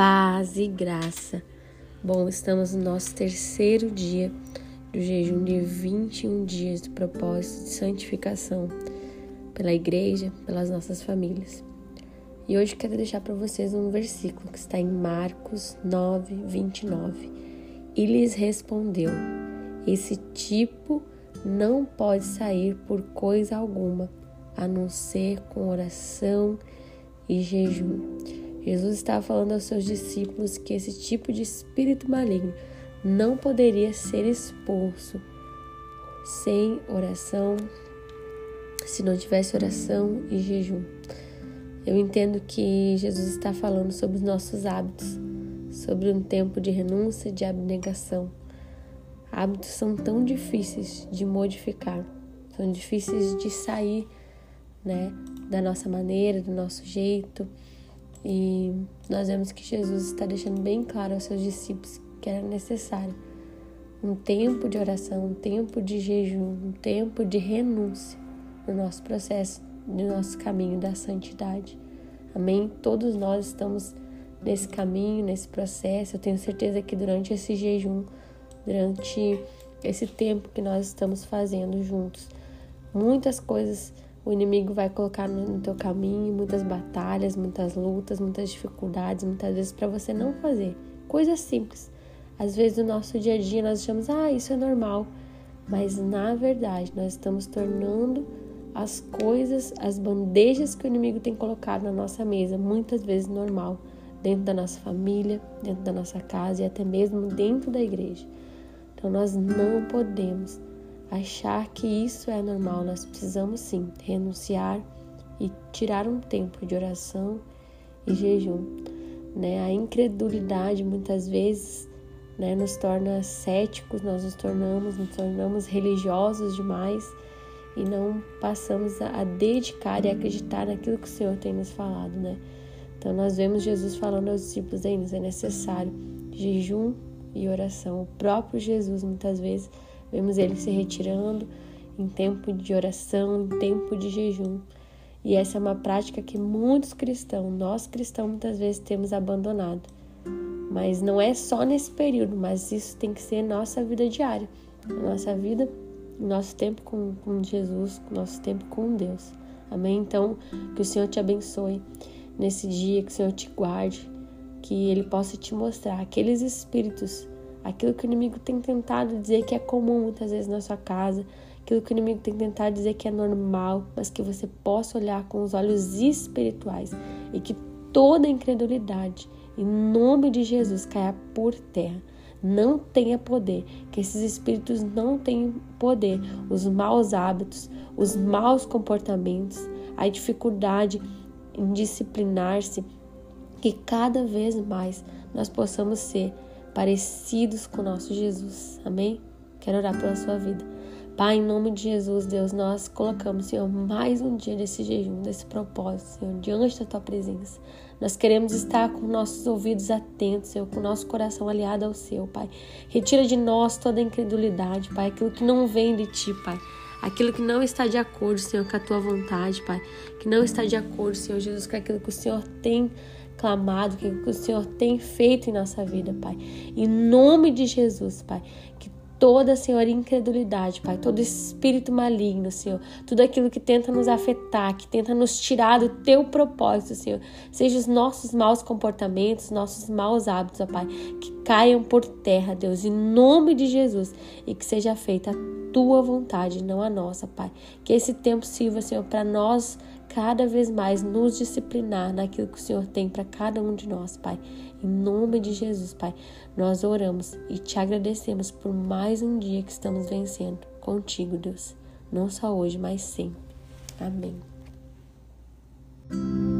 Paz e graça. Bom, estamos no nosso terceiro dia do jejum de 21 dias do propósito de santificação pela igreja, pelas nossas famílias. E hoje quero deixar para vocês um versículo que está em Marcos 9, 29. E lhes respondeu: esse tipo não pode sair por coisa alguma, a não ser com oração e jejum. Jesus estava falando aos seus discípulos que esse tipo de espírito maligno não poderia ser expulso sem oração, se não tivesse oração e jejum. Eu entendo que Jesus está falando sobre os nossos hábitos, sobre um tempo de renúncia e de abnegação. Hábitos são tão difíceis de modificar, são difíceis de sair, da nossa maneira, do nosso jeito. E nós vemos que Jesus está deixando bem claro aos seus discípulos que era necessário um tempo de oração, um tempo de jejum, um tempo de renúncia no nosso processo, no nosso caminho da santidade. Amém? Todos nós estamos nesse caminho, nesse processo. Eu tenho certeza que durante esse jejum, durante esse tempo que nós estamos fazendo juntos, muitas coisas o inimigo vai colocar no teu caminho, muitas batalhas, muitas lutas, muitas dificuldades, muitas vezes para você não fazer. Coisas simples. Às vezes no nosso dia a dia nós achamos, isso é normal. Mas na verdade nós estamos tornando as coisas, as bandejas que o inimigo tem colocado na nossa mesa, muitas vezes normal, dentro da nossa família, dentro da nossa casa e até mesmo dentro da igreja. Então nós não podemos achar que isso é normal. Nós precisamos sim renunciar e tirar um tempo de oração e jejum. A incredulidade muitas vezes nos torna céticos, nós nos tornamos religiosos demais e não passamos a dedicar e acreditar naquilo que o Senhor tem nos falado. Então nós vemos Jesus falando aos discípulos aí, é necessário jejum e oração. O próprio Jesus muitas vezes vemos ele se retirando em tempo de oração, em tempo de jejum. E essa é uma prática que muitos cristãos, nós cristãos, muitas vezes temos abandonado. Mas não é só nesse período, mas isso tem que ser nossa vida diária. A nossa vida, nosso tempo com Jesus, nosso tempo com Deus. Amém? Então, que o Senhor te abençoe nesse dia, que o Senhor te guarde, que Ele possa te mostrar aqueles espíritos, aquilo que o inimigo tem tentado dizer que é comum muitas vezes na sua casa, aquilo que o inimigo tem tentado dizer que é normal, mas que você possa olhar com os olhos espirituais e que toda incredulidade, em nome de Jesus, caia por terra. Não tenha poder, que esses espíritos não tenham poder, os maus hábitos, os maus comportamentos, a dificuldade em disciplinar-se, que cada vez mais nós possamos ser parecidos com o nosso Jesus. Amém? Quero orar pela sua vida. Pai, em nome de Jesus, Deus, nós colocamos, Senhor, mais um dia desse jejum, desse propósito, Senhor, diante da Tua presença. Nós queremos estar com nossos ouvidos atentos, Senhor, com o nosso coração aliado ao Seu, Pai. Retira de nós toda a incredulidade, Pai, aquilo que não vem de Ti, Pai. Aquilo que não está de acordo, Senhor, com a Tua vontade, Pai. Que não está de acordo, Senhor Jesus, com aquilo que o Senhor tem clamado, que o Senhor tem feito em nossa vida, Pai. Em nome de Jesus, Pai, que toda, Senhor, incredulidade, Pai, todo espírito maligno, Senhor, tudo aquilo que tenta nos afetar, que tenta nos tirar do Teu propósito, Senhor, seja os nossos maus comportamentos, nossos maus hábitos, ó Pai, que caiam por terra, Deus, em nome de Jesus, e que seja feita a Tua vontade, não a nossa, Pai. Que esse tempo sirva, Senhor, para nós cada vez mais nos disciplinar naquilo que o Senhor tem para cada um de nós, Pai. Em nome de Jesus, Pai, nós oramos e Te agradecemos por mais um dia que estamos vencendo contigo, Deus. Não só hoje, mas sempre. Amém.